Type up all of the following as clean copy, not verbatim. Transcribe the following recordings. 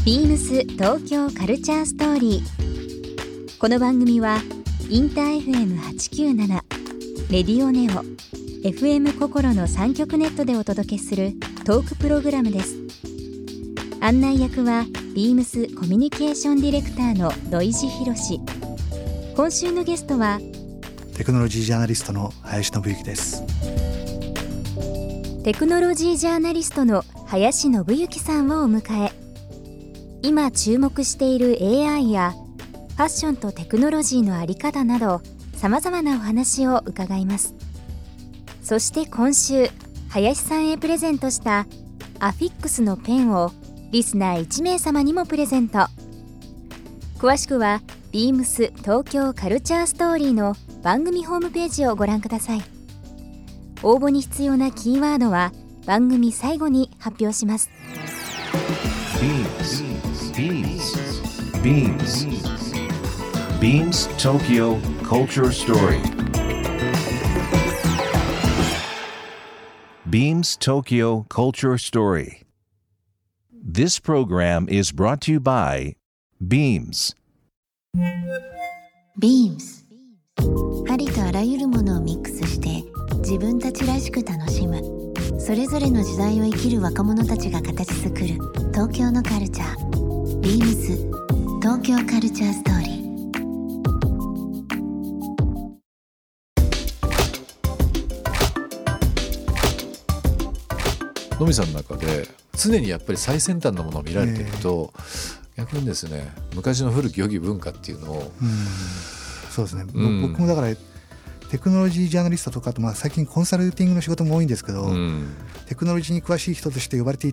ビームス東京カルチャーストーリー。この番組はインター FM897 レディオネオ FM 心の3極ネットでお届けするトークプログラムです。案内役はビームスコミュニケーションディレクターの土井博志。今週のゲストはテクノロジージャーナリストの林信之です。 テクノロジージャーナリストの林信之さんをお迎え、今注目している AI やファッションとテクノロジーのあり方など様々なお話を伺います。そして今週林さんへプレゼントしたアフィックスのペンをリスナー1名様にもプレゼント。詳しくはビームス東京カルチャーストーリーの番組ホームページをご覧ください。応募に必要なキーワードは番組最後に発表します。 Beams Tokyo Culture Story. Beams Tokyo Culture Story. This program is brought to you by Beams. Beams ありとあらゆるものをミックスして自分たちらしく楽しむ、それぞれの時代を生きる若者たちが形作る東京のカルチャー。 Beams 東京カルチャーストーリー。 のみさんの中で常にやっぱり最先端のものを見られていると、逆にですね、昔の古き良き文化っていうのを、 そうですね、僕もだからテクノロジージャーナリストとかと、最近コンサルティングの仕事も多いんですけど、テクノロジーに詳しい人として呼ばれていって、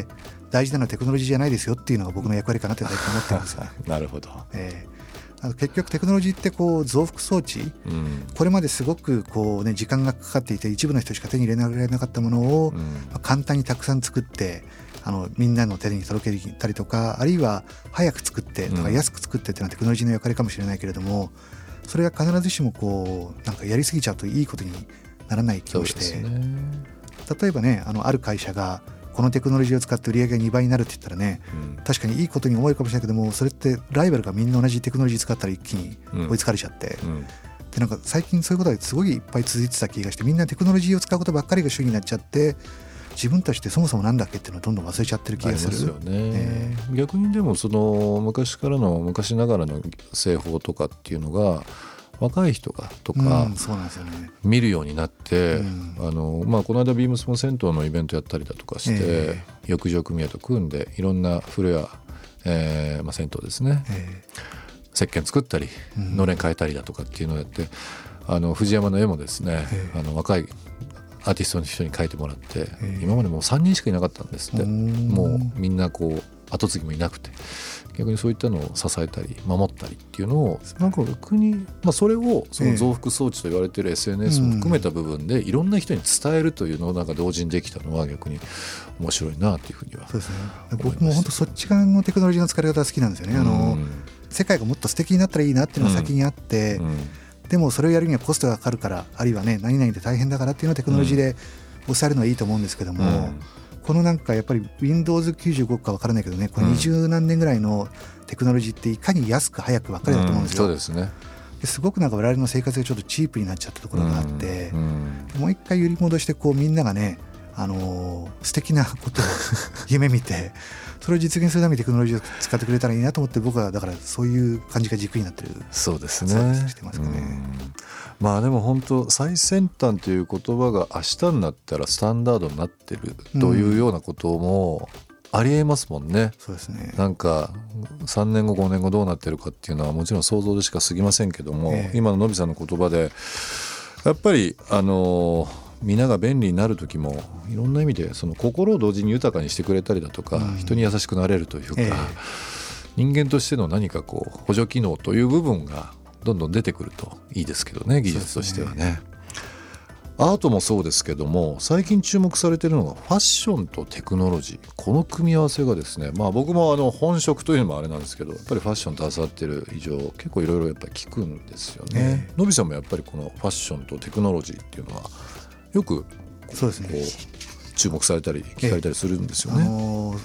大事なのはテクノロジーじゃないですよっていうのが僕の役割かなって思ってるんですよなるほど、 結局テクノロジーって増幅装置、これまですごく時間がかかっていて一部の人しか手に入れられなかったものを、簡単にたくさん作ってみんなの手に届けたりとか、あるいは早く作ってとか安く作ってっていうのはテクノロジーの役割かもしれないけれども、それが必ずしもなんかやりすぎちゃうといいことにならない気がして、例えばね、ある会社がこのテクノロジーを使って売り上げが2倍になるって言ったらね、確かにいいことに思えるかもしれないけども、それってライバルがみんな同じテクノロジー使ったら一気に追いつかれちゃって、でなんか最近そういうことがすごいいっぱい続いてた気がして、みんなテクノロジーを使うことばっかりが主義になっちゃって、自分たちってそもそもなんだっけっていうのをどんどん忘れちゃってる気がする。 ありますよね。逆にでも昔からの昔ながらの製法とかっていうのが若い人がとか、 そうなんですよね、見るようになって、この間ビームスも銭湯のイベントやったりだとかして、浴場組合と組んでいろんな風呂や、銭湯ですね、石鹸作ったり、のれん変えたりだとかっていうのをやって、藤山の絵もですね、若いアーティストの人に描いてもらって、今までもう3人しかいなかったんですって。もうみんな後継ぎもいなくて、逆にそういったのを支えたり守ったりっていうのをなんか逆に、それをその増幅装置と言われている SNS も含めた部分でいろんな人に伝えるというのをなんか同時にできたのは逆に面白いなというふうには。 そうですね、僕も本当そっち側のテクノロジーの使い方が好きなんですよね。世界がもっと素敵になったらいいなっていうのが先にあって、でもそれをやるにはコストがかかるから、あるいはね何々で大変だからっていうのをテクノロジーで抑えるのはいいと思うんですけども、このなんかやっぱり Windows95 か分からないけどね、これ20何年ぐらいのテクノロジーっていかに安く早くばっかりだと思うんですよ。 そうですね。 すごくなんか我々の生活がちょっとチープになっちゃったところがあって、もう一回揺り戻してみんながね、素敵なことを夢見てそれを実現するためにテクノロジーを使ってくれたらいいなと思って、僕はだからそういう感じが軸になってる。 そうですね、 してますかね。 でも本当最先端という言葉が明日になったらスタンダードになってるというようなこともありえますもんね。 そうですね。 なんか3年後5年後どうなってるかっていうのはもちろん想像でしか過ぎませんけども、今ののびさんの言葉でやっぱり皆が便利になる時もいろんな意味でその心を同時に豊かにしてくれたりだとか、人に優しくなれるというか、人間としての何か補助機能という部分がどんどん出てくるといいですけどね、技術としてはね。アートもそうですけども、最近注目されているのがファッションとテクノロジー、この組み合わせがですね、僕も本職というのもあれなんですけど、やっぱりファッションと携わってる以上結構いろいろやっぱり聞くんですよね。のびさんもやっぱりこのファッションとテクノロジーっていうのはよくそうですね、 注目されたり聞かれたりするんですよね。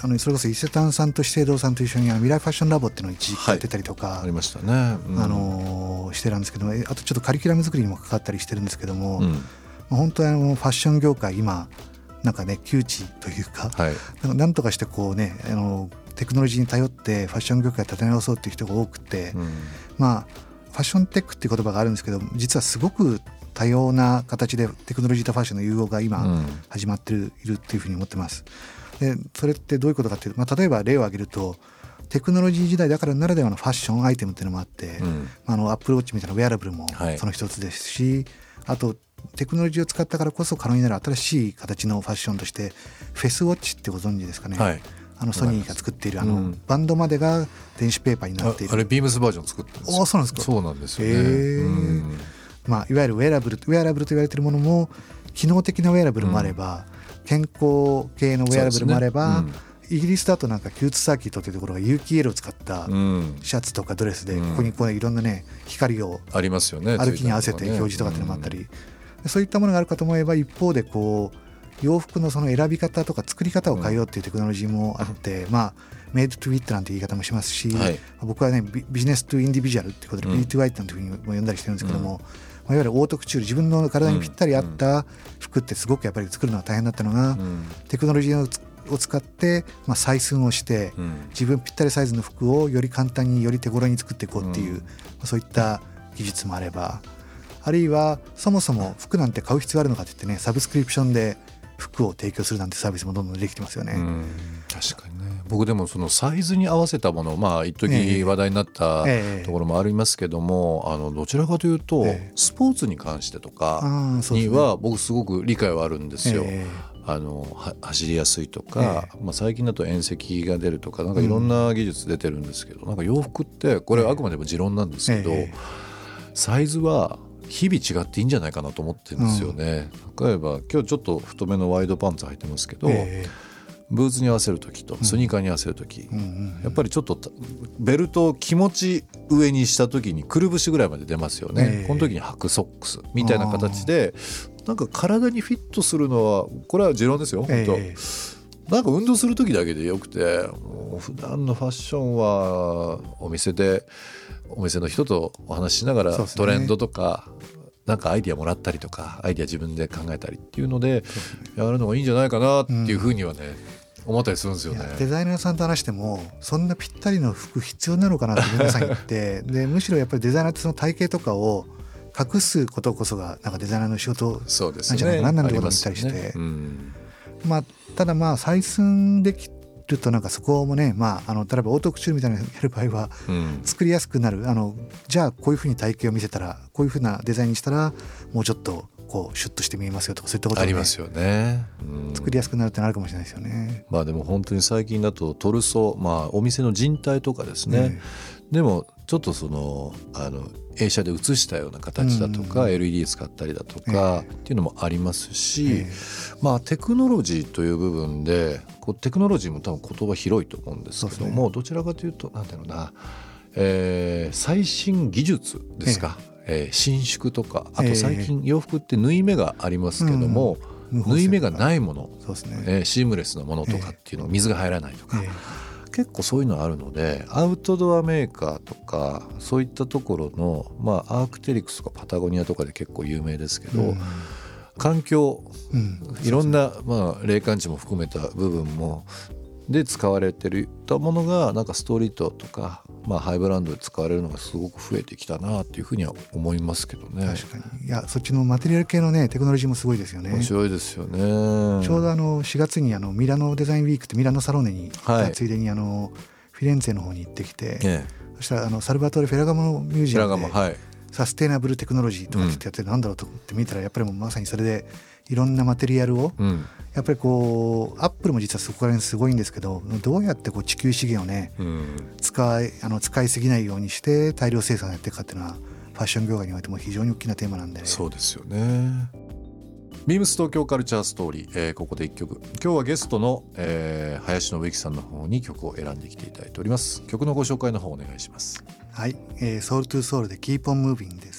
それこそ伊勢丹さんと資生堂さんと一緒に未来ファッションラボっていうのを一時期やってたりとか、 ありましたね、 してるんですけど、あとちょっとカリキュラム作りにも関わったりしてるんですけども、本当にファッション業界今なんかね窮地というか、なんとかしてこうねテクノロジーに頼ってファッション業界を立て直そうっていう人が多くて、ファッションテックっていう言葉があるんですけど、実はすごく多様な形でテクノロジーとファッションの融合が今始まっているっていうふうに思ってます。でそれってどういうことかっていうと、例えば例を挙げるとテクノロジー時代だからならではのファッションアイテムっていうのもあって、アップルウォッチみたいなウェアラブルもその一つですし、あとテクノロジーを使ったからこそ可能になる新しい形のファッションとしてフェスウォッチってご存知ですかね、ソニーが作っているバンドまでが電子ペーパーになっている、 あれビームスバージョン作ってるんですよ。 そうなんですか。 そうなんですよね、 いわゆるウェアラブルと言われているものも機能的なウェアラブルもあれば、健康系のウェアラブルもあれば、イギリスだとなんかキューツサーキットというところが有機 EL を使ったシャツとかドレスで、ここにこういろんなね光をありますよね、 歩きに合わせて表示とかっていうのもあったり、そういったものがあるかと思えば、一方でこう洋服のその選び方とか作り方を変えようっていうテクノロジーもあって、メイドトゥフィットなんて言い方もしますし、僕はねビジネストゥインディビジュアルっていうことで B2I っていうふうにも呼んだりしてるんですけども、いわゆるオートクチュール、自分の体にぴったり合った服ってすごくやっぱり作るのが大変だったのが、テクノロジーを使って採寸をして、自分ぴったりサイズの服をより簡単により手頃に作っていこうっていう、そういった技術もあれば、あるいはそもそも服なんて買う必要あるのかって言ってね、サブスクリプションで服を提供するなんてサービスもどんどんできてますよね。 確かにね。僕でもそのサイズに合わせたもの、一時話題になったところもありますけども、どちらかというとスポーツに関してとかには僕すごく理解はあるんですよ。走りやすいとか、最近だと遠赤が出るとか、なんかいろんな技術出てるんですけど、なんか洋服ってこれはあくまでも持論なんですけど、サイズは日々違っていいんじゃないかなと思ってるんですよね。例えば今日ちょっと太めのワイドパンツ履いてますけど、ブーツに合わせるときとスニーカーに合わせるとき、やっぱりちょっとベルトを気持ち上にしたときにくるぶしぐらいまで出ますよね。この時に履くソックスみたいな形で、なんか体にフィットするのは、これは持論ですよ本当、なんか運動する時だけでよくて、もう普段のファッションはお店の人とお話ししながらトレンドとかなんかアイディアもらったりとか、アイディア自分で考えたりっていうのでやるのがいいんじゃないかなっていうふうにはね、思ったりするんですよね。 デザイナーさんと話してもそんなぴったりの服必要なのかなって皆さん言ってでむしろやっぱりデザイナーってその体型とかを隠すことこそがなんかデザイナーの仕事なんじゃないかななんてことを言ったりして、ただ採寸できるとなんかそこもね、例えばオートクチュールみたいなのやる場合は作りやすくなる、じゃあこういうふうに体型を見せたらこういうふうなデザインにしたらもうちょっとこうシュッとして見えますよとか、そういったことが、 ありますよね。 作りやすくなるってのあるかもしれないですよね。 でも本当に最近だとトルソ、お店の人体とかですね、でもちょっとその映写で写したような形だとか、LED 使ったりだとかっていうのもありますし、テクノロジーという部分でテクノロジーも多分言葉広いと思うんですけども、どちらかというとなんだろうな、最新技術ですか、伸縮とか、あと最近洋服って縫い目がありますけども、縫い目がないもの、シームレスなものとかっていうの、水が入らないとか、結構そういうのあるので、アウトドアメーカーとかそういったところの、アークテリクスとかパタゴニアとかで結構有名ですけど、環境、いろんな、冷感地も含めた部分もで使われてるたものがなんかストリートとか、ハイブランドで使われるのがすごく増えてきたなっていうふうには思いますけどね。 確かに。いや、そっちのマテリアル系のねテクノロジーもすごいですよね。 面白いですよね。ちょうど4月にミラノデザインウィークってミラノサローネに行ったついでにフィレンツェの方に行ってきて、そしたらサルバトーレ・フェラガモミュージアムでサステイナブルテクノロジーとかってやってなんだろうと思って見たら、やっぱりもうまさにそれでいろんなマテリアルを、やっぱりこうアップルも実はそこら辺すごいんですけど、どうやって地球資源をね、使いすぎないようにして大量生産やっていくかっていうのはファッション業界においても非常に大きなテーマなんで、 そうですよね。ビームス東京カルチャーストーリー、ここで1曲、今日はゲストの、林信之さんの方に曲を選んできていただいております。曲のご紹介の方お願いします。 はい、ソウルトゥーソウルで Keep on Moving です。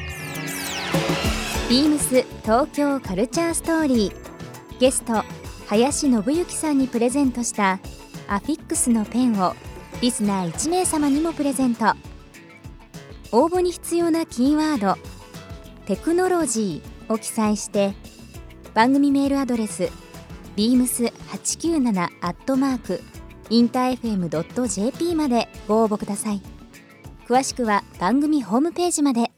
ビームス東京カルチャーストーリー、ゲスト林信之さんにプレゼントしたアフィックスのペンをリスナー1名様にもプレゼント。応募に必要なキーワードテクノロジーを記載して番組メールアドレス beams897@interfm.jp までご応募ください。詳しくは番組ホームページまで。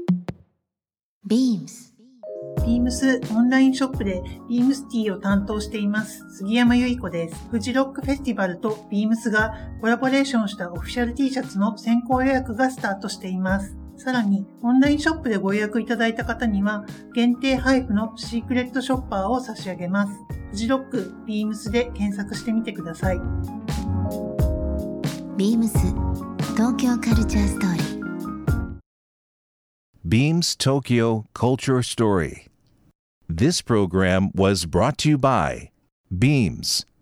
BEAMS ビームスオンラインショップでビームスティーを担当しています杉山由衣子です。フジロックフェスティバルとビームスがコラボレーションしたオフィシャル T シャツの先行予約がスタートしています。さらにオンラインショップでご予約いただいた方には限定配布のシークレットショッパーを差し上げます。フジロックビームスで検索してみてください。 ビームス東京カルチャーストーリー。 Beams Tokyo Culture Story. This program was brought to you by Beams.